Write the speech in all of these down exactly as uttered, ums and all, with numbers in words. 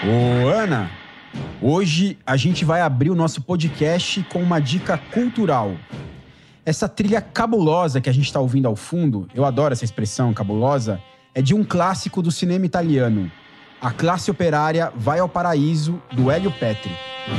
Ô, Ana, hoje a gente vai abrir o nosso podcast com uma dica cultural. Essa trilha cabulosa que a gente está ouvindo ao fundo, eu adoro essa expressão cabulosa, é de um clássico do cinema italiano. A Classe Operária Vai ao Paraíso, do Elio Petri.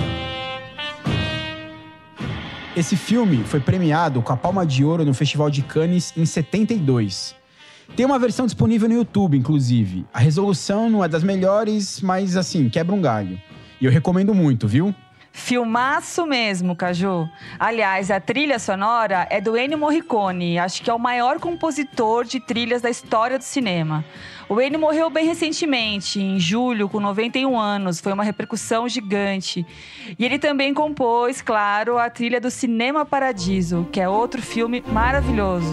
Esse filme foi premiado com a Palma de Ouro no Festival de Cannes em setenta e dois. Tem uma versão disponível no YouTube, inclusive. A resolução não é das melhores, mas assim, quebra um galho. E eu recomendo muito, viu? Filmaço mesmo, Caju. Aliás, a trilha sonora é do Ennio Morricone. Acho que é o maior compositor de trilhas da história do cinema. O Ennio morreu bem recentemente, em julho, com noventa e um anos. Foi uma repercussão gigante. E ele também compôs, claro, a trilha do Cinema Paradiso, que é outro filme maravilhoso.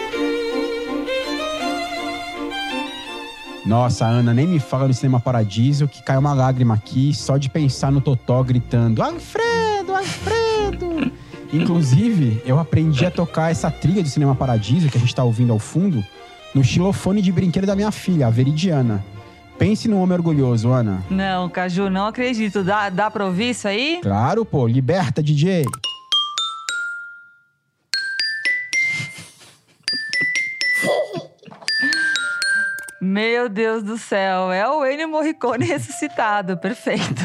Nossa, Ana, nem me fala no Cinema Paradiso, que cai uma lágrima aqui só de pensar no Totó gritando Alfredo, Alfredo! Inclusive, eu aprendi a tocar essa trilha do Cinema Paradiso, que a gente tá ouvindo ao fundo, no xilofone de brinquedo da minha filha, a Veridiana. Pense num homem orgulhoso, Ana. Não, Caju, não acredito. Dá, dá pra ouvir isso aí? Claro, pô. Liberta, D J. Meu Deus do céu, é o Ennio Morricone ressuscitado, perfeito.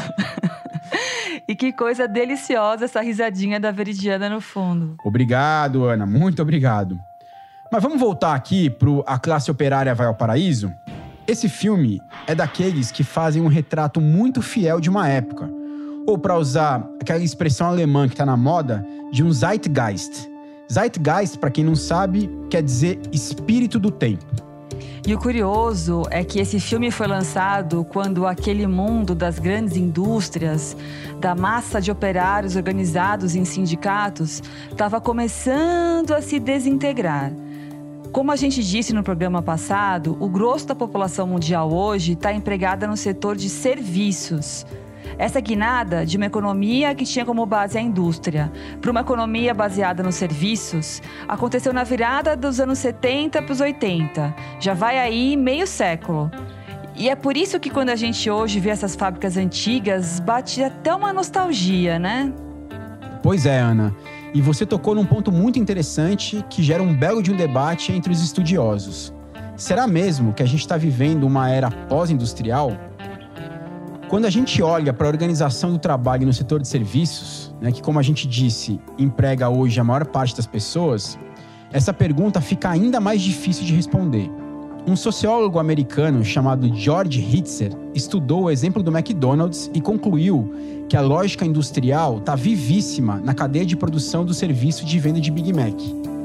E que coisa deliciosa essa risadinha da Veridiana no fundo. Obrigado, Ana, muito obrigado. Mas vamos voltar aqui pro A Classe Operária Vai ao Paraíso? Esse filme é daqueles que fazem um retrato muito fiel de uma época. Ou, para usar aquela expressão alemã que tá na moda, de um Zeitgeist. Zeitgeist, para quem não sabe, quer dizer espírito do tempo. E o curioso é que esse filme foi lançado quando aquele mundo das grandes indústrias, da massa de operários organizados em sindicatos, estava começando a se desintegrar. Como a gente disse no programa passado, o grosso da população mundial hoje está empregada no setor de serviços. Essa guinada de uma economia que tinha como base a indústria para uma economia baseada nos serviços aconteceu na virada dos anos setenta para os oitenta. Já vai aí meio século. E é por isso que quando a gente hoje vê essas fábricas antigas, bate até uma nostalgia, né? Pois é, Ana. E você tocou num ponto muito interessante que gera um belo de um debate entre os estudiosos. Será mesmo que a gente está vivendo uma era pós-industrial? Quando a gente olha para a organização do trabalho no setor de serviços, né, que, como a gente disse, emprega hoje a maior parte das pessoas, essa pergunta fica ainda mais difícil de responder. Um sociólogo americano chamado George Hitzer estudou o exemplo do McDonald's e concluiu que a lógica industrial está vivíssima na cadeia de produção do serviço de venda de Big Mac.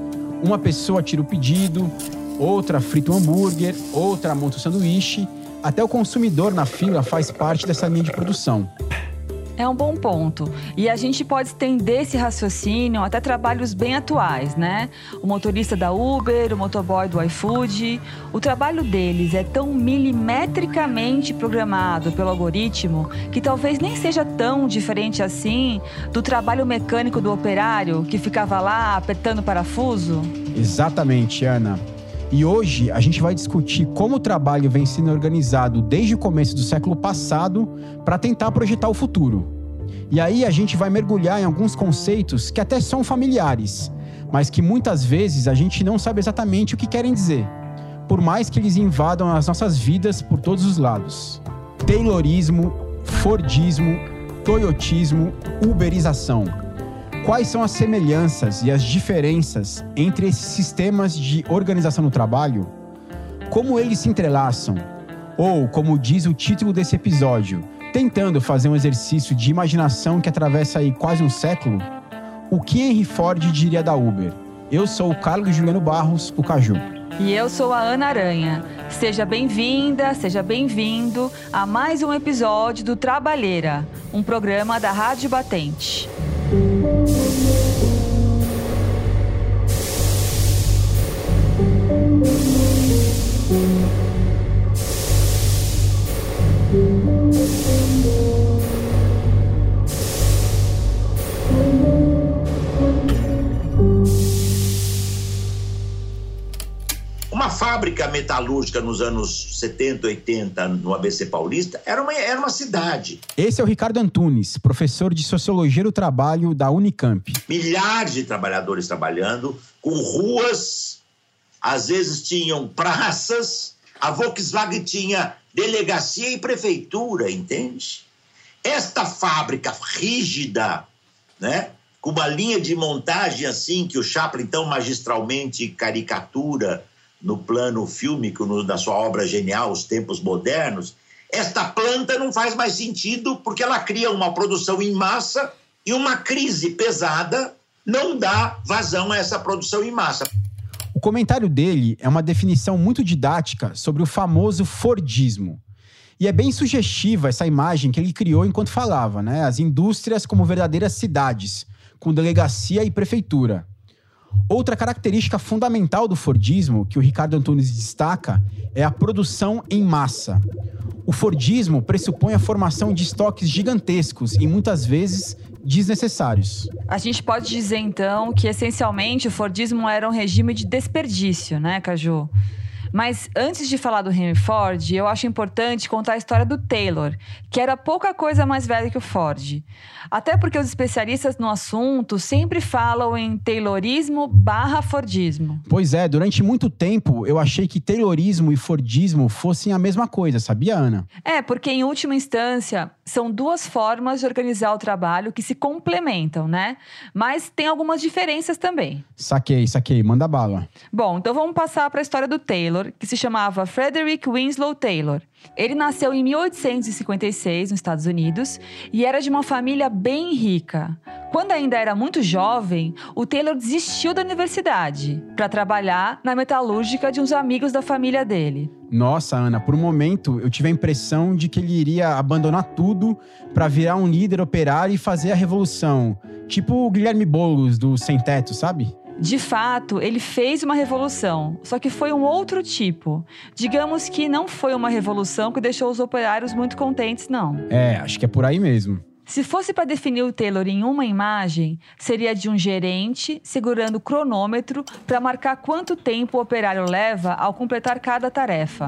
Uma pessoa tira o pedido, outra frita um hambúrguer, outra monta o sanduíche. Até o consumidor na fila faz parte dessa linha de produção. É um bom ponto. E a gente pode estender esse raciocínio até trabalhos bem atuais, né? O motorista da Uber, o motoboy do iFood. O trabalho deles é tão milimetricamente programado pelo algoritmo que talvez nem seja tão diferente assim do trabalho mecânico do operário que ficava lá apertando parafuso. Exatamente, Ana. E hoje a gente vai discutir como o trabalho vem sendo organizado desde o começo do século passado para tentar projetar o futuro. E aí a gente vai mergulhar em alguns conceitos que até são familiares, mas que muitas vezes a gente não sabe exatamente o que querem dizer, por mais que eles invadam as nossas vidas por todos os lados. Taylorismo, Fordismo, Toyotismo, Uberização. Quais são as semelhanças e as diferenças entre esses sistemas de organização no trabalho? Como eles se entrelaçam? Ou, como diz o título desse episódio, tentando fazer um exercício de imaginação que atravessa aí quase um século, o que Henry Ford diria da Uber? Eu sou o Carlos Juliano Barros, o Caju. E eu sou a Ana Aranha. Seja bem-vinda, seja bem-vindo a mais um episódio do Trabalheira, um programa da Rádio Batente. Uma Uma fábrica metalúrgica nos anos setenta, oitenta, no A B C Paulista, era uma, era uma cidade. Esse é o Ricardo Antunes, professor de Sociologia do Trabalho da Unicamp. Milhares de trabalhadores trabalhando, com ruas, às vezes tinham praças, a Volkswagen tinha delegacia e prefeitura, entende? Esta fábrica rígida, né, com uma linha de montagem assim, que o Chaplin tão magistralmente caricatura no plano fílmico, no, na sua obra genial, Os Tempos Modernos, esta planta não faz mais sentido porque ela cria uma produção em massa e uma crise pesada não dá vazão a essa produção em massa. O comentário dele é uma definição muito didática sobre o famoso Fordismo. E é bem sugestiva essa imagem que ele criou enquanto falava, né? As indústrias como verdadeiras cidades, com delegacia e prefeitura. Outra característica fundamental do Fordismo, que o Ricardo Antunes destaca, é a produção em massa. O Fordismo pressupõe a formação de estoques gigantescos e muitas vezes desnecessários. A gente pode dizer, então, que essencialmente o Fordismo era um regime de desperdício, né, Caju? Mas antes de falar do Henry Ford, eu acho importante contar a história do Taylor, que era pouca coisa mais velho que o Ford. Até porque os especialistas no assunto sempre falam em Taylorismo barra Fordismo. Pois é, durante muito tempo eu achei que Taylorismo e Fordismo fossem a mesma coisa, sabia, Ana? É, porque em última instância são duas formas de organizar o trabalho que se complementam, né? Mas tem algumas diferenças também. Saquei, saquei, manda bala. Bom, então vamos passar para a história do Taylor, que se chamava Frederick Winslow Taylor. Ele nasceu em mil oitocentos e cinquenta e seis, nos Estados Unidos, e era de uma família bem rica. Quando ainda era muito jovem, o Taylor desistiu da universidade para trabalhar na metalúrgica de uns amigos da família dele. Nossa, Ana, por um momento eu tive a impressão de que ele iria abandonar tudo para virar um líder operário e fazer a revolução. Tipo o Guilherme Boulos, do Sem Teto, sabe? De fato, ele fez uma revolução, só que foi um outro tipo. Digamos que não foi uma revolução que deixou os operários muito contentes, não. É, acho que é por aí mesmo. Se fosse para definir o Taylor em uma imagem, seria de um gerente segurando o cronômetro para marcar quanto tempo o operário leva ao completar cada tarefa.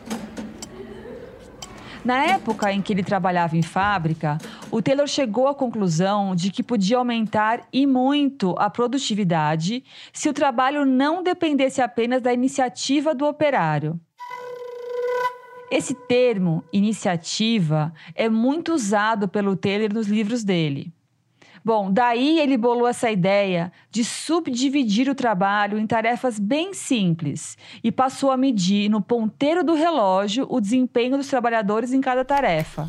Na época em que ele trabalhava em fábrica, o Taylor chegou à conclusão de que podia aumentar e muito a produtividade se o trabalho não dependesse apenas da iniciativa do operário. Esse termo, iniciativa, é muito usado pelo Taylor nos livros dele. Bom, daí ele bolou essa ideia de subdividir o trabalho em tarefas bem simples e passou a medir no ponteiro do relógio o desempenho dos trabalhadores em cada tarefa.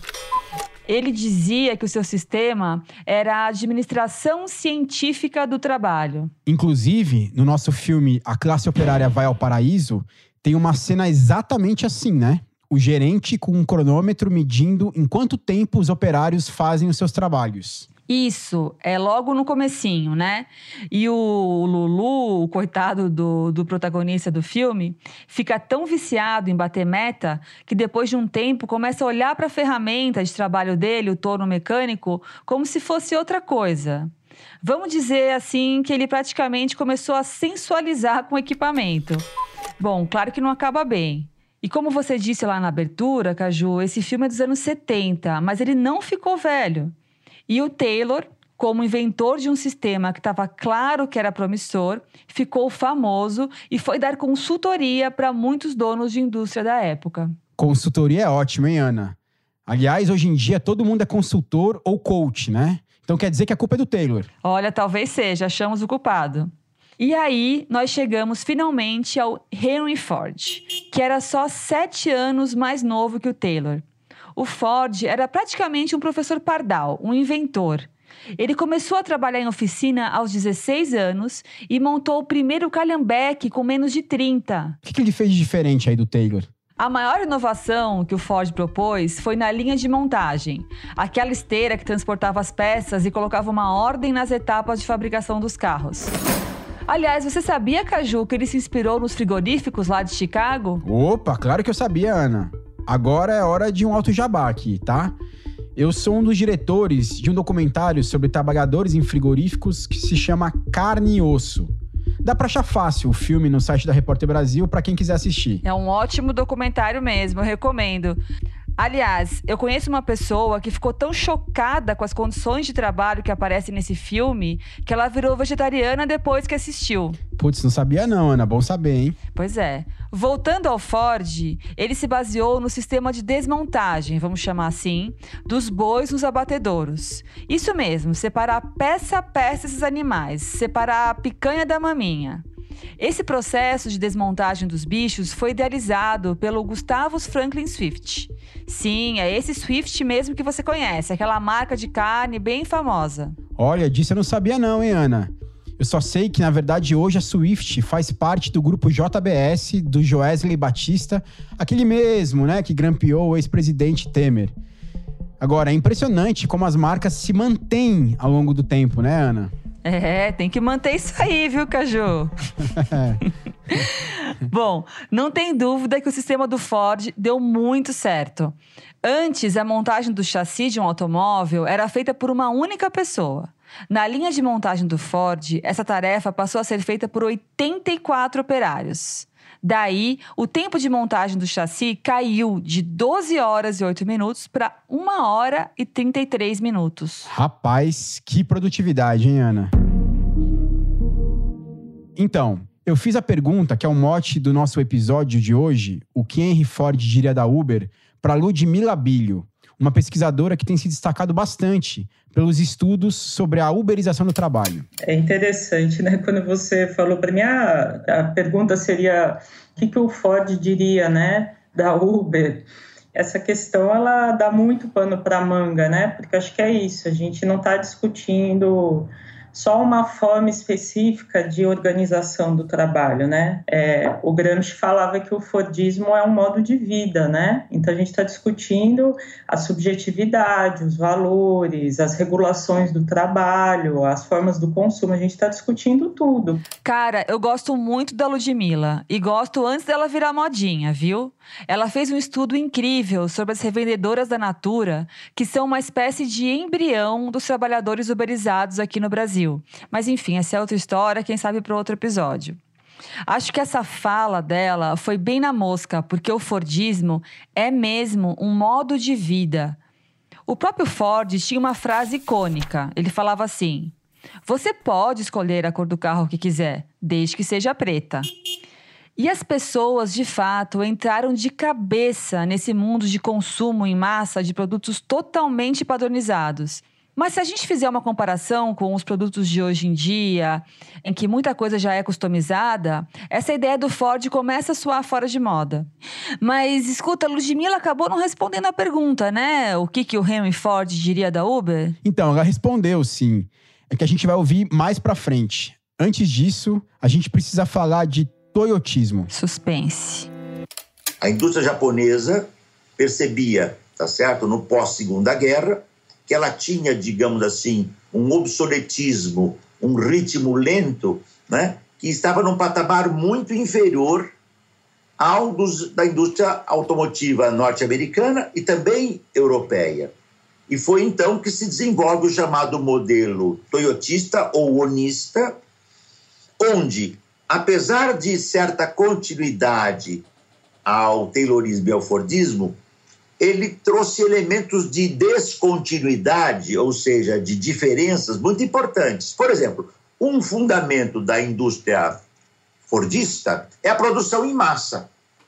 Ele dizia que o seu sistema era a administração científica do trabalho. Inclusive, no nosso filme A Classe Operária Vai ao Paraíso, tem uma cena exatamente assim, né? O gerente com um cronômetro medindo em quanto tempo os operários fazem os seus trabalhos. Isso, é logo no comecinho, né? E o Lulu, o coitado do, do protagonista do filme, fica tão viciado em bater meta que depois de um tempo começa a olhar para a ferramenta de trabalho dele, o torno mecânico, como se fosse outra coisa. Vamos dizer assim que ele praticamente começou a sensualizar com o equipamento. Bom, claro que não acaba bem. E como você disse lá na abertura, Caju, esse filme é dos anos setenta, mas ele não ficou velho. E o Taylor, como inventor de um sistema que estava claro que era promissor, ficou famoso e foi dar consultoria para muitos donos de indústria da época. Consultoria é ótimo, hein, Ana? Aliás, hoje em dia todo mundo é consultor ou coach, né? Então quer dizer que a culpa é do Taylor. Olha, talvez seja, achamos o culpado. E aí, nós chegamos finalmente ao Henry Ford, que era só sete anos mais novo que o Taylor. O Ford era praticamente um professor pardal, um inventor. Ele começou a trabalhar em oficina aos dezesseis anos e montou o primeiro calhambeque com menos de trinta. O que, que ele fez de diferente aí do Taylor? A maior inovação que o Ford propôs foi na linha de montagem. Aquela esteira que transportava as peças e colocava uma ordem nas etapas de fabricação dos carros. Aliás, você sabia, Caju, que ele se inspirou nos frigoríficos lá de Chicago? Opa, claro que eu sabia, Ana. Agora é hora de um alto jabá aqui, tá? Eu sou um dos diretores de um documentário sobre trabalhadores em frigoríficos que se chama Carne e Osso. Dá pra achar fácil o filme no site da Repórter Brasil pra quem quiser assistir. É um ótimo documentário mesmo, eu recomendo. Aliás, eu conheço uma pessoa que ficou tão chocada com as condições de trabalho que aparecem nesse filme que ela virou vegetariana depois que assistiu. Putz, não sabia não, Ana. Bom saber, hein? Pois é. Voltando ao Ford, ele se baseou no sistema de desmontagem, vamos chamar assim, dos bois nos abatedouros. Isso mesmo, separar peça a peça esses animais, separar a picanha da maminha. Esse processo de desmontagem dos bichos foi idealizado pelo Gustavus Franklin Swift. Sim, é esse Swift mesmo que você conhece, aquela marca de carne bem famosa. Olha, disso eu não sabia não, hein, Ana? Eu só sei que, na verdade, hoje a Swift faz parte do grupo J B S do Joesley Batista, aquele mesmo, né, que grampeou o ex-presidente Temer. Agora, é impressionante como as marcas se mantêm ao longo do tempo, né, Ana? É, tem que manter isso aí, viu, Caju? Bom, não tem dúvida que o sistema do Ford deu muito certo. Antes, a montagem do chassi de um automóvel era feita por uma única pessoa. Na linha de montagem do Ford, essa tarefa passou a ser feita por oitenta e quatro operários. Daí, o tempo de montagem do chassi caiu de doze horas e oito minutos para uma hora e trinta e três minutos. Rapaz, que produtividade, hein, Ana? Então, eu fiz a pergunta, que é o mote do nosso episódio de hoje, o que Henry Ford diria da Uber, para Ludmila Bilho, uma pesquisadora que tem se destacado bastante pelos estudos sobre a uberização do trabalho. É interessante, né? Quando você falou para mim, ah, a pergunta seria o que, que o Ford diria, né, da Uber? Essa questão, ela dá muito pano para manga, né? Porque acho que é isso, a gente não está discutindo só uma forma específica de organização do trabalho, né? É, o Gramsci falava que o Fordismo é um modo de vida, né? Então a gente está discutindo a subjetividade, os valores, as regulações do trabalho, as formas do consumo, a gente está discutindo tudo. Cara, eu gosto muito da Ludmila e gosto antes dela virar modinha, viu? Ela fez um estudo incrível sobre as revendedoras da Natura, que são uma espécie de embrião dos trabalhadores uberizados aqui no Brasil. Mas enfim, essa é outra história, quem sabe para outro episódio. Acho que essa fala dela foi bem na mosca, porque o Fordismo é mesmo um modo de vida. O próprio Ford tinha uma frase icônica. Ele falava assim: você pode escolher a cor do carro que quiser, desde que seja preta. E as pessoas, de fato, entraram de cabeça nesse mundo de consumo em massa de produtos totalmente padronizados. Mas se a gente fizer uma comparação com os produtos de hoje em dia, em que muita coisa já é customizada, essa ideia do Ford começa a soar fora de moda. Mas, escuta, a Ludmila acabou não respondendo a pergunta, né? O que, que o Henry Ford diria da Uber? Então, ela respondeu, sim. É que a gente vai ouvir mais pra frente. Antes disso, a gente precisa falar de toyotismo. Suspense. A indústria japonesa percebia, tá certo, no pós-Segunda Guerra, que ela tinha, digamos assim, um obsoletismo, um ritmo lento, né, que estava num patamar muito inferior ao dos, da indústria automotiva norte-americana e também europeia. E foi então que se desenvolve o chamado modelo toyotista ou onista, onde, apesar de certa continuidade ao taylorismo e ao fordismo, ele trouxe elementos de descontinuidade, ou seja, de diferenças muito importantes. Por exemplo, um fundamento da indústria fordista é a produção em massa.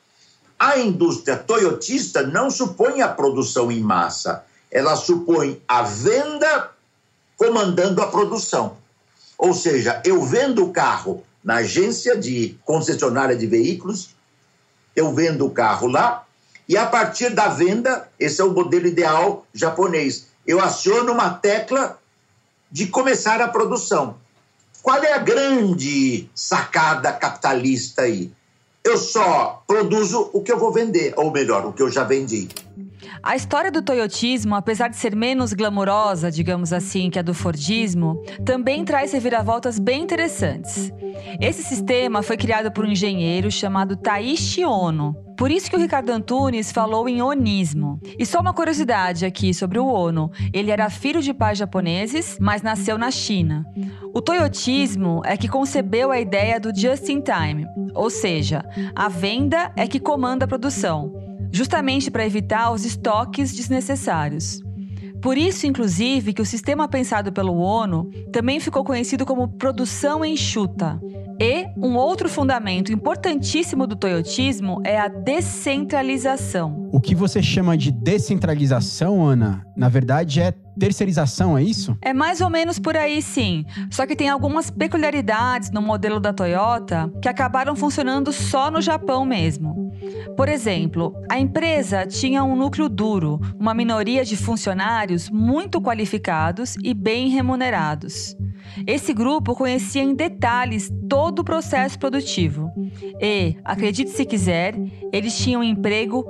A indústria toyotista não supõe a produção em massa, ela supõe a venda comandando a produção. Ou seja, eu vendo o carro na agência de concessionária de veículos, eu vendo o carro lá, e a partir da venda, esse é o modelo ideal japonês, eu aciono uma tecla de começar a produção. Qual é a grande sacada capitalista aí? Eu eu só produzo o que eu vou vender, ou melhor, o que eu já vendi. A história do toyotismo, apesar de ser menos glamurosa, digamos assim, que a do fordismo, também traz reviravoltas bem interessantes. Esse sistema foi criado por um engenheiro chamado Taiichi Ohno. Por isso que o Ricardo Antunes falou em onismo. E só uma curiosidade aqui sobre o Ohno. Ele era filho de pais japoneses, mas nasceu na China. O toyotismo é que concebeu a ideia do just in time, ou seja, a venda é que comanda a produção, justamente para evitar os estoques desnecessários. Por isso, inclusive, que o sistema pensado pelo Ohno também ficou conhecido como produção enxuta. E um outro fundamento importantíssimo do toyotismo é a descentralização. O que você chama de descentralização, Ana, na verdade é terceirização, é isso? É mais ou menos por aí, sim. Só que tem algumas peculiaridades no modelo da Toyota que acabaram funcionando só no Japão mesmo. Por exemplo, a empresa tinha um núcleo duro, uma minoria de funcionários muito qualificados e bem remunerados. Esse grupo conhecia em detalhes todo o processo produtivo. E, acredite se quiser, eles tinham um emprego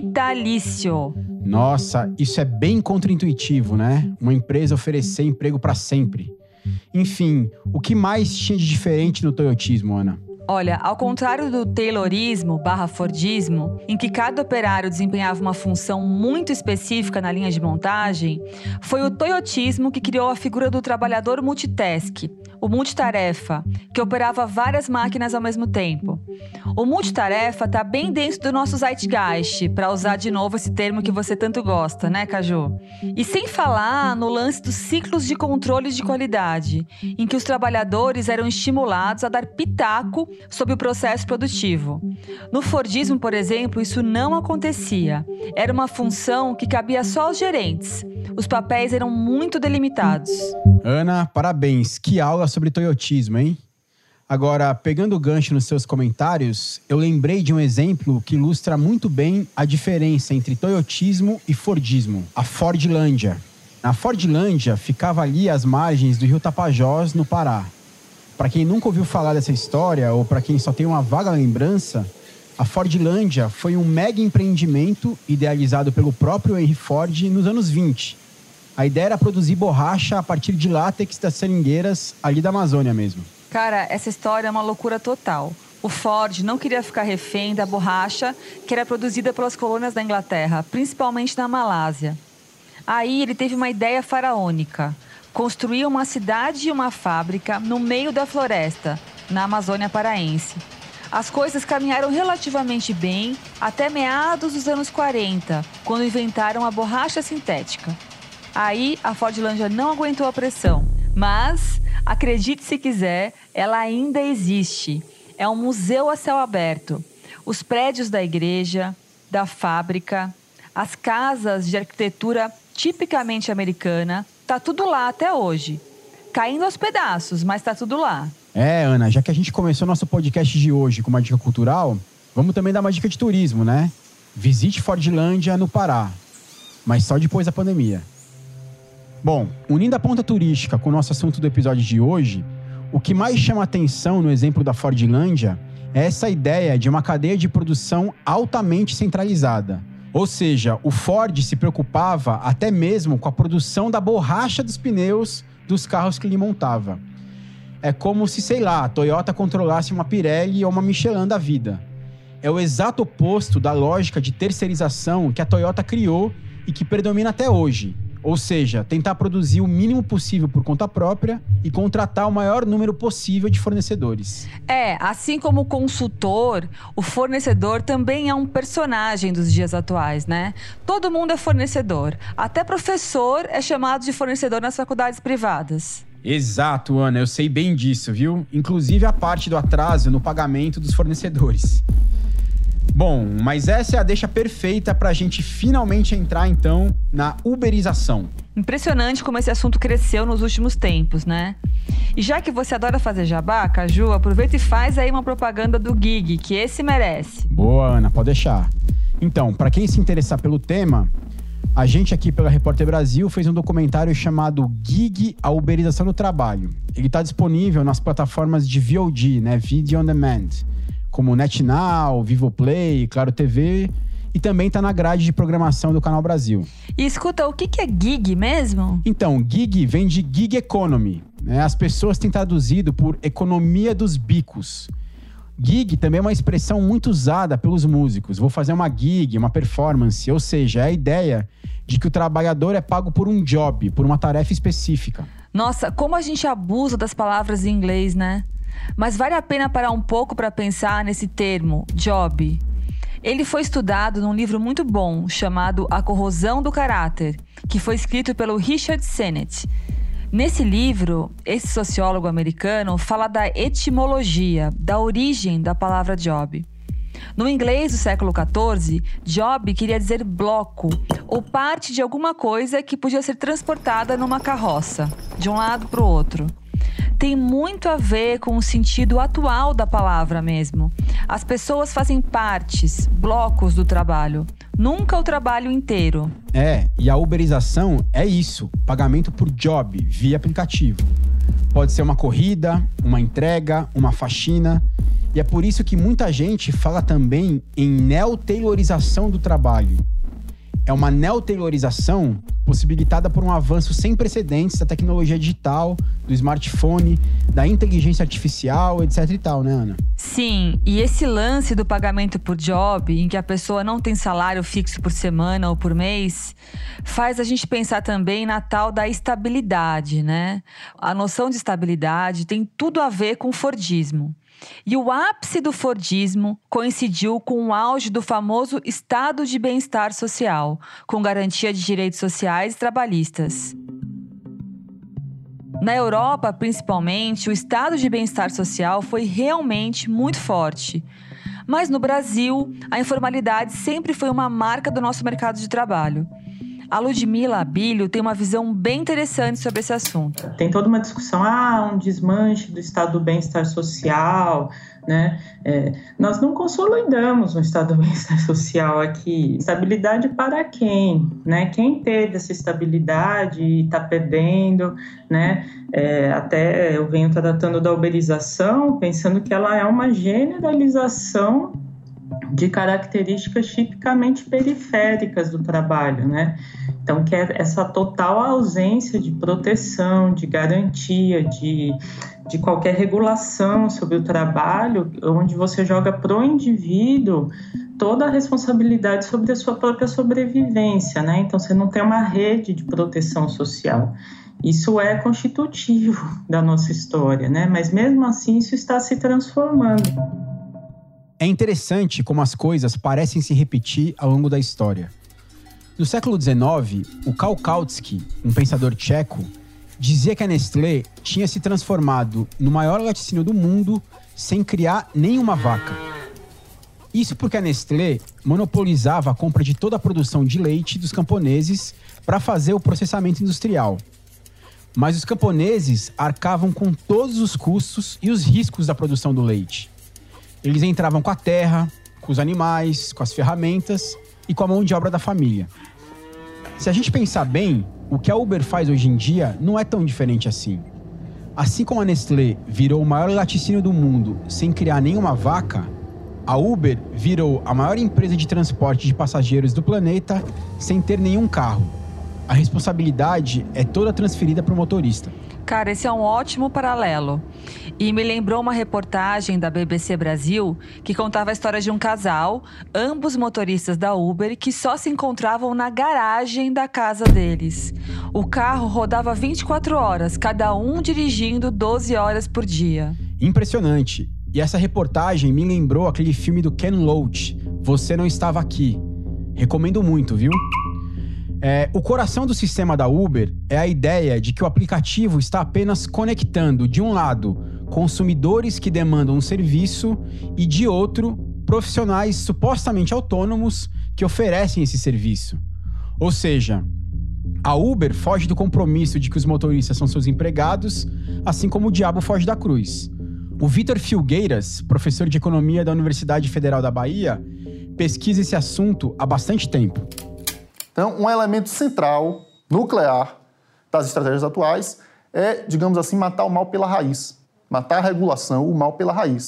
vitalício. Nossa, isso é bem contraintuitivo, né? Uma empresa oferecer emprego para sempre. Enfim, o que mais tinha de diferente no toyotismo, Ana? Olha, ao contrário do taylorismo barra fordismo, em que cada operário desempenhava uma função muito específica na linha de montagem, foi o toyotismo que criou a figura do trabalhador multitask, o multitarefa, que operava várias máquinas ao mesmo tempo. O multitarefa está bem dentro do nosso zeitgeist, para usar de novo esse termo que você tanto gosta, né, Caju? E sem falar no lance dos ciclos de controle de qualidade, em que os trabalhadores eram estimulados a dar pitaco sobre o processo produtivo. No fordismo, por exemplo, isso não acontecia. Era uma função que cabia só aos gerentes. Os papéis eram muito delimitados. Ana, parabéns. Que aula sobre toyotismo, hein? Agora, pegando o gancho nos seus comentários, eu lembrei de um exemplo que ilustra muito bem a diferença entre toyotismo e fordismo. A Fordlândia. A Fordlândia ficava ali às margens do rio Tapajós, no Pará. Para quem nunca ouviu falar dessa história, ou para quem só tem uma vaga lembrança, a Fordlândia foi um mega empreendimento idealizado pelo próprio Henry Ford nos anos vinte. A ideia era produzir borracha a partir de látex das seringueiras ali da Amazônia mesmo. Cara, essa história é uma loucura total. O Ford não queria ficar refém da borracha que era produzida pelas colônias da Inglaterra, principalmente na Malásia. Aí ele teve uma ideia faraônica: construir uma cidade e uma fábrica no meio da floresta, na Amazônia paraense. As coisas caminharam relativamente bem até meados dos anos quarenta, quando inventaram a borracha sintética. Aí a Fordlândia não aguentou a pressão, mas, acredite se quiser, ela ainda existe. É um museu a céu aberto. Os prédios da igreja, da fábrica, as casas de arquitetura tipicamente americana, tá tudo lá até hoje. Caindo aos pedaços, mas tá tudo lá. É, Ana, já que a gente começou nosso podcast de hoje com uma dica cultural, vamos também dar uma dica de turismo, né? Visite Fordlândia no Pará, mas só depois da pandemia. Bom, unindo a ponta turística com o nosso assunto do episódio de hoje, o que mais chama atenção no exemplo da Fordlândia é essa ideia de uma cadeia de produção altamente centralizada. Ou seja, o Ford se preocupava até mesmo com a produção da borracha dos pneus dos carros que ele montava. É como se, sei lá, a Toyota controlasse uma Pirelli ou uma Michelin da vida. É o exato oposto da lógica de terceirização que a Toyota criou e que predomina até hoje. Ou seja, tentar produzir o mínimo possível por conta própria e contratar o maior número possível de fornecedores. É, assim como o consultor, o fornecedor também é um personagem dos dias atuais, né? Todo mundo é fornecedor. Até professor é chamado de fornecedor nas faculdades privadas. Exato, Ana, eu sei bem disso, viu? Inclusive a parte do atraso no pagamento dos fornecedores. Bom, mas essa é a deixa perfeita para a gente finalmente entrar, então, na uberização. Impressionante como esse assunto cresceu nos últimos tempos, né? E já que você adora fazer jabá, Caju, aproveita e faz aí uma propaganda do Gig, que esse merece. Boa, Ana, pode deixar. Então, para quem se interessar pelo tema, a gente aqui pela Repórter Brasil fez um documentário chamado Gig, a uberização do trabalho. Ele está disponível nas plataformas de V O D, né? Video on Demand, como NetNow, Vivoplay, Claro T V, e também está na grade de programação do Canal Brasil. E escuta, o que é gig mesmo? Então, gig vem de gig economy, né? As pessoas têm traduzido por economia dos bicos. Gig também é uma expressão muito usada pelos músicos. Vou fazer uma gig, uma performance, ou seja, é a ideia de que o trabalhador é pago por um job, por uma tarefa específica. Nossa, como a gente abusa das palavras em inglês, né? Mas vale a pena parar um pouco para pensar nesse termo, job. Ele foi estudado num livro muito bom chamado A Corrosão do Caráter, que foi escrito pelo Richard Sennett. Nesse livro, esse sociólogo americano fala da etimologia, da origem da palavra job. No inglês do século quatorze, job queria dizer bloco ou parte de alguma coisa que podia ser transportada numa carroça, de um lado para o outro. Tem muito a ver com o sentido atual da palavra mesmo. As pessoas fazem partes, blocos do trabalho, nunca o trabalho inteiro. É, e a uberização é isso, pagamento por job via aplicativo. Pode ser uma corrida, uma entrega, uma faxina. E é por isso que muita gente fala também em neo-tailorização do trabalho. É uma neo-tailorização possibilitada por um avanço sem precedentes da tecnologia digital, do smartphone, da inteligência artificial, etc e tal, né, Ana? Sim, e esse lance do pagamento por job, em que a pessoa não tem salário fixo por semana ou por mês, faz a gente pensar também na tal da estabilidade, né? A noção de estabilidade tem tudo a ver com o Fordismo. E o ápice do Fordismo coincidiu com o auge do famoso estado de bem-estar social, com garantia de direitos sociais e trabalhistas. Na Europa, principalmente, o estado de bem-estar social foi realmente muito forte. Mas no Brasil, a informalidade sempre foi uma marca do nosso mercado de trabalho. A Ludmila Abílio tem uma visão bem interessante sobre esse assunto. Tem toda uma discussão, ah, um desmanche do estado do bem-estar social, né? É, nós não consolidamos um estado do bem-estar social aqui. Estabilidade para quem? Né? Quem teve essa estabilidade e está perdendo, né? É, até eu venho tratando da uberização, pensando que ela é uma generalização de características tipicamente periféricas do trabalho, né? Então, que é essa total ausência de proteção, de garantia, de, de qualquer regulação sobre o trabalho, onde você joga para o indivíduo toda a responsabilidade sobre a sua própria sobrevivência, né? Então, você não tem uma rede de proteção social. Isso é constitutivo da nossa história, né? Mas, mesmo assim, isso está se transformando. É interessante como as coisas parecem se repetir ao longo da história. No século dezenove, o Karl Kautsky, um pensador tcheco, dizia que a Nestlé tinha se transformado no maior laticínio do mundo sem criar nenhuma vaca. Isso porque a Nestlé monopolizava a compra de toda a produção de leite dos camponeses para fazer o processamento industrial. Mas os camponeses arcavam com todos os custos e os riscos da produção do leite. Eles entravam com a terra, com os animais, com as ferramentas e com a mão de obra da família. Se a gente pensar bem, o que a Uber faz hoje em dia não é tão diferente assim. Assim como a Nestlé virou o maior laticínio do mundo sem criar nenhuma vaca, a Uber virou a maior empresa de transporte de passageiros do planeta sem ter nenhum carro. A responsabilidade é toda transferida para o motorista. Cara, esse é um ótimo paralelo. E me lembrou uma reportagem da B B C Brasil que contava a história de um casal, ambos motoristas da Uber, que só se encontravam na garagem da casa deles. O carro rodava vinte e quatro horas, cada um dirigindo doze horas por dia. Impressionante. E essa reportagem me lembrou aquele filme do Ken Loach, Você Não Estava Aqui. Recomendo muito, viu? É, o coração do sistema da Uber é a ideia de que o aplicativo está apenas conectando, de um lado, consumidores que demandam um serviço e, de outro, profissionais supostamente autônomos que oferecem esse serviço. Ou seja, a Uber foge do compromisso de que os motoristas são seus empregados, assim como o diabo foge da cruz. O Vitor Filgueiras, professor de economia da Universidade Federal da Bahia, pesquisa esse assunto há bastante tempo. Então, um elemento central, nuclear, das estratégias atuais é, digamos assim, matar o mal pela raiz. Matar a regulação, o mal pela raiz.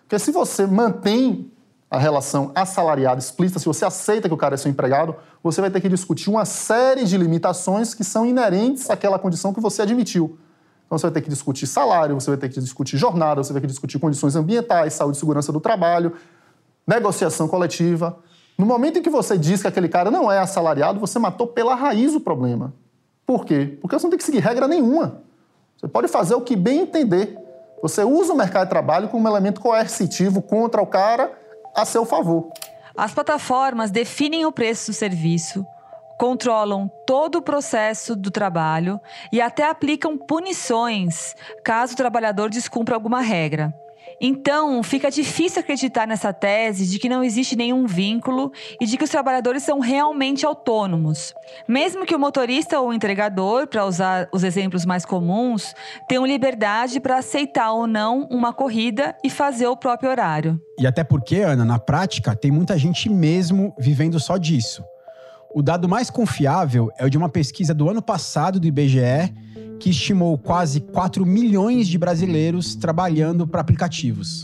Porque se você mantém a relação assalariada explícita, se você aceita que o cara é seu empregado, você vai ter que discutir uma série de limitações que são inerentes àquela condição que você admitiu. Então você vai ter que discutir salário, você vai ter que discutir jornada, você vai ter que discutir condições ambientais, saúde e segurança do trabalho, negociação coletiva. No momento em que você diz que aquele cara não é assalariado, você matou pela raiz o problema. Por quê? Porque você não tem que seguir regra nenhuma. Você pode fazer o que bem entender. Você usa o mercado de trabalho como um elemento coercitivo contra o cara a seu favor. As plataformas definem o preço do serviço, controlam todo o processo do trabalho e até aplicam punições caso o trabalhador descumpra alguma regra. Então, fica difícil acreditar nessa tese de que não existe nenhum vínculo e de que os trabalhadores são realmente autônomos. Mesmo que o motorista ou o entregador, para usar os exemplos mais comuns, tenham liberdade para aceitar ou não uma corrida e fazer o próprio horário. E até porque, Ana, na prática, tem muita gente mesmo vivendo só disso. O dado mais confiável é o de uma pesquisa do ano passado do I B G E, que estimou quase quatro milhões de brasileiros trabalhando para aplicativos.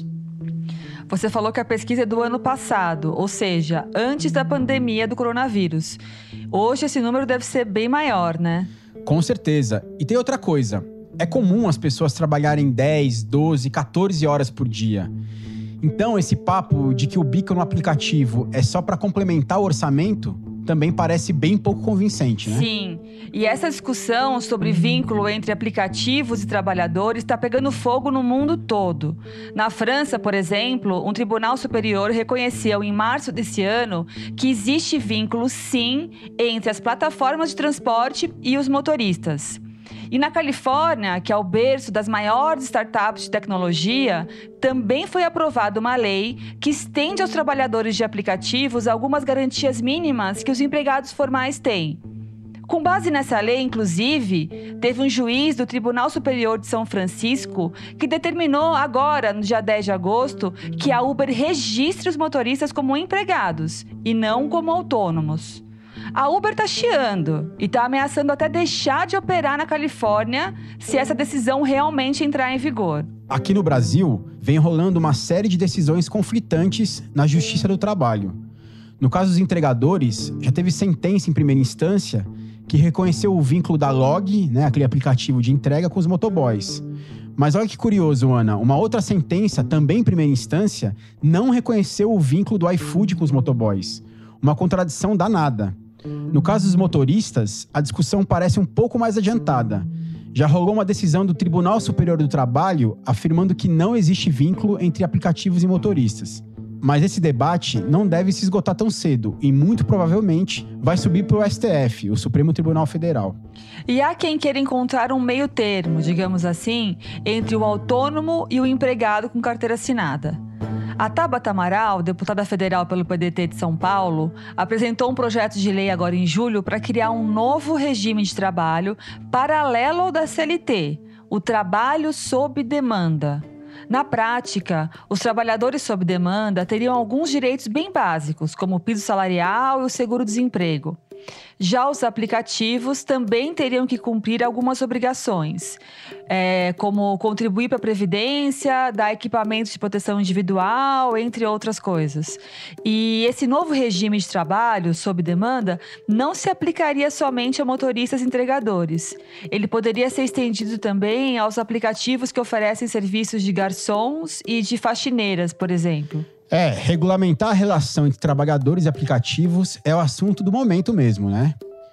Você falou que a pesquisa é do ano passado, ou seja, antes da pandemia do coronavírus. Hoje esse número deve ser bem maior, né? Com certeza. E tem outra coisa. É comum as pessoas trabalharem dez, doze, quatorze horas por dia. Então, esse papo de que o bico no aplicativo é só para complementar o orçamento também parece bem pouco convincente, né? Sim. E essa discussão sobre vínculo entre aplicativos e trabalhadores está pegando fogo no mundo todo. Na França, por exemplo, um tribunal superior reconheceu em março desse ano que existe vínculo, sim, entre as plataformas de transporte e os motoristas. E na Califórnia, que é o berço das maiores startups de tecnologia, também foi aprovada uma lei que estende aos trabalhadores de aplicativos algumas garantias mínimas que os empregados formais têm. Com base nessa lei, inclusive, teve um juiz do Tribunal Superior de São Francisco que determinou agora, no dia dez de agosto, que a Uber registre os motoristas como empregados e não como autônomos. A Uber está chiando e está ameaçando até deixar de operar na Califórnia se essa decisão realmente entrar em vigor. Aqui no Brasil, vem rolando uma série de decisões conflitantes na Justiça do Trabalho. No caso dos entregadores, já teve sentença em primeira instância que reconheceu o vínculo da Log, né, aquele aplicativo de entrega, com os motoboys. Mas olha que curioso, Ana, uma outra sentença, também em primeira instância, não reconheceu o vínculo do iFood com os motoboys. Uma contradição danada. No caso dos motoristas, a discussão parece um pouco mais adiantada. Já rolou uma decisão do Tribunal Superior do Trabalho afirmando que não existe vínculo entre aplicativos e motoristas. Mas esse debate não deve se esgotar tão cedo e, muito provavelmente, vai subir para o S T F, o Supremo Tribunal Federal. E há quem queira encontrar um meio termo, digamos assim, entre o autônomo e o empregado com carteira assinada. A Tabata Amaral, deputada federal pelo P D T de São Paulo, apresentou um projeto de lei agora em julho para criar um novo regime de trabalho paralelo ao da C L T, o trabalho sob demanda. Na prática, os trabalhadores sob demanda teriam alguns direitos bem básicos, como o piso salarial e o seguro-desemprego. Já os aplicativos também teriam que cumprir algumas obrigações, é, como contribuir para a Previdência, dar equipamentos de proteção individual, entre outras coisas. E esse novo regime de trabalho, sob demanda, não se aplicaria somente a motoristas e entregadores. Ele poderia ser estendido também aos aplicativos que oferecem serviços de garçons e de faxineiras, por exemplo. É, regulamentar a relação entre trabalhadores e aplicativos é o assunto do momento mesmo, né?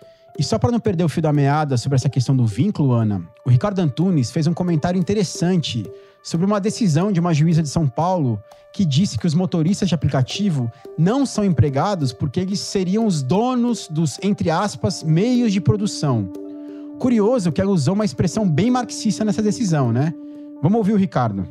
E só para não perder o fio da meada sobre essa questão do vínculo, Ana, o Ricardo Antunes fez um comentário interessante sobre uma decisão de uma juíza de São Paulo que disse que os motoristas de aplicativo não são empregados porque eles seriam os donos dos, entre aspas, meios de produção. Curioso que ela usou uma expressão bem marxista nessa decisão, né? Vamos ouvir o Ricardo.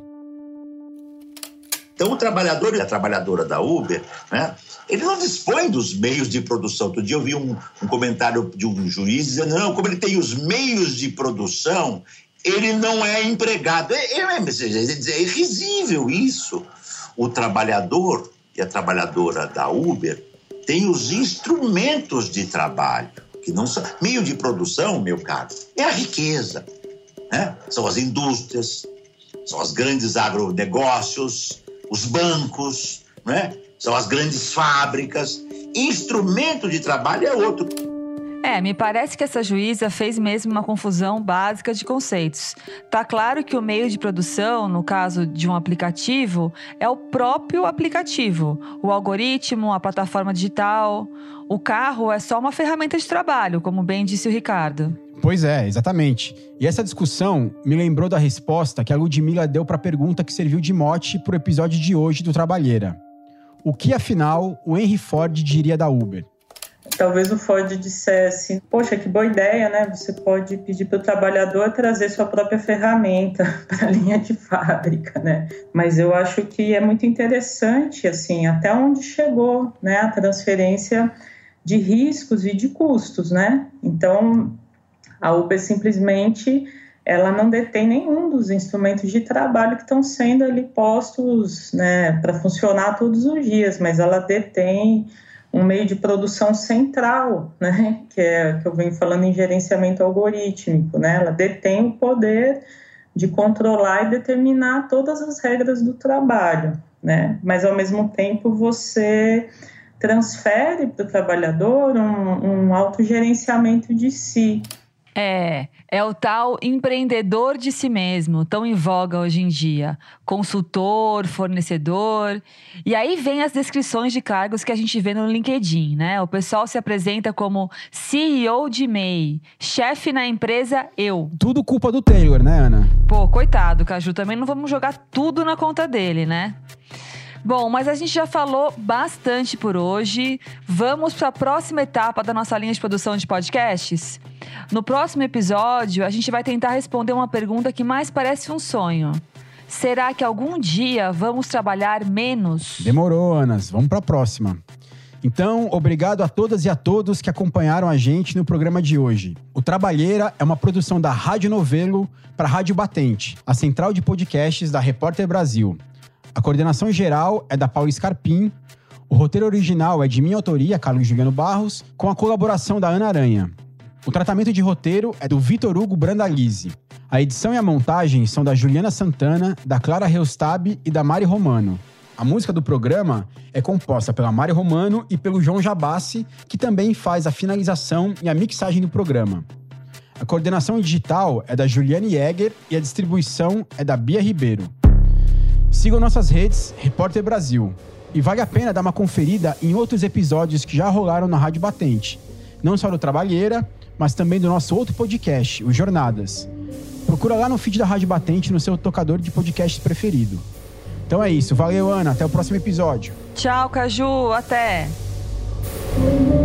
Então, o trabalhador e a trabalhadora da Uber, né, ele não dispõe dos meios de produção. Outro dia eu vi um, um comentário de um juiz dizendo, não, como ele tem os meios de produção, ele não é empregado. É, é, é, é irrisível isso. O trabalhador e a trabalhadora da Uber têm os instrumentos de trabalho, que não são... Meio de produção, meu caro, é a riqueza, né? São as indústrias, são os grandes agronegócios, os bancos, né? São as grandes fábricas. Instrumento de trabalho é outro. É, me parece que essa juíza fez mesmo uma confusão básica de conceitos. Tá claro que o meio de produção, no caso de um aplicativo, é o próprio aplicativo. O algoritmo, a plataforma digital. O carro é só uma ferramenta de trabalho, como bem disse o Ricardo. Pois é, exatamente. E essa discussão me lembrou da resposta que a Ludmilla deu para a pergunta que serviu de mote para o episódio de hoje do Trabalheira. O que, afinal, o Henry Ford diria da Uber? Talvez o Ford dissesse, poxa, que boa ideia, né? Você pode pedir para o trabalhador trazer sua própria ferramenta para a linha de fábrica, né? Mas eu acho que é muito interessante, assim, até onde chegou, né? A transferência de riscos e de custos, né? Então, a Uber simplesmente, ela não detém nenhum dos instrumentos de trabalho que estão sendo ali postos, né, para funcionar todos os dias, mas ela detém um meio de produção central, né, que é que eu venho falando em gerenciamento algorítmico, né, ela detém o poder de controlar e determinar todas as regras do trabalho, né, mas ao mesmo tempo você transfere para o trabalhador um, um autogerenciamento de si. É, é o tal empreendedor de si mesmo, tão em voga hoje em dia. Consultor, fornecedor. E aí vem as descrições de cargos que a gente vê no LinkedIn, né? O pessoal se apresenta como C E O de M E I, chefe na empresa eu. Tudo culpa do Taylor, né, Ana? Pô, coitado, Caju, também não vamos jogar tudo na conta dele, né? Bom, mas a gente já falou bastante por hoje. Vamos para a próxima etapa da nossa linha de produção de podcasts? No próximo episódio, a gente vai tentar responder uma pergunta que mais parece um sonho. Será que algum dia vamos trabalhar menos? Demorou, Anas. Vamos para a próxima. Então, obrigado a todas e a todos que acompanharam a gente no programa de hoje. O Trabalheira é uma produção da Rádio Novelo para a Rádio Batente, a central de podcasts da Repórter Brasil. A coordenação geral é da Paula Scarpim, o roteiro original é de minha autoria, Carlos Juliano Barros, com a colaboração da Ana Aranha. O tratamento de roteiro é do Vitor Hugo Brandalize. A edição e a montagem são da Juliana Santana, da Clara Reustab e da Mari Romano. A música do programa é composta pela Mari Romano e pelo João Jabassi, que também faz a finalização e a mixagem do programa. A coordenação digital é da Juliane Jäger e a distribuição é da Bia Ribeiro. Sigam nossas redes, Repórter Brasil. E vale a pena dar uma conferida em outros episódios que já rolaram na Rádio Batente. Não só do Trabalheira, mas também do nosso outro podcast, o Jornadas. Procura lá no feed da Rádio Batente no seu tocador de podcast preferido. Então é isso. Valeu, Ana. Até o próximo episódio. Tchau, Caju. Até!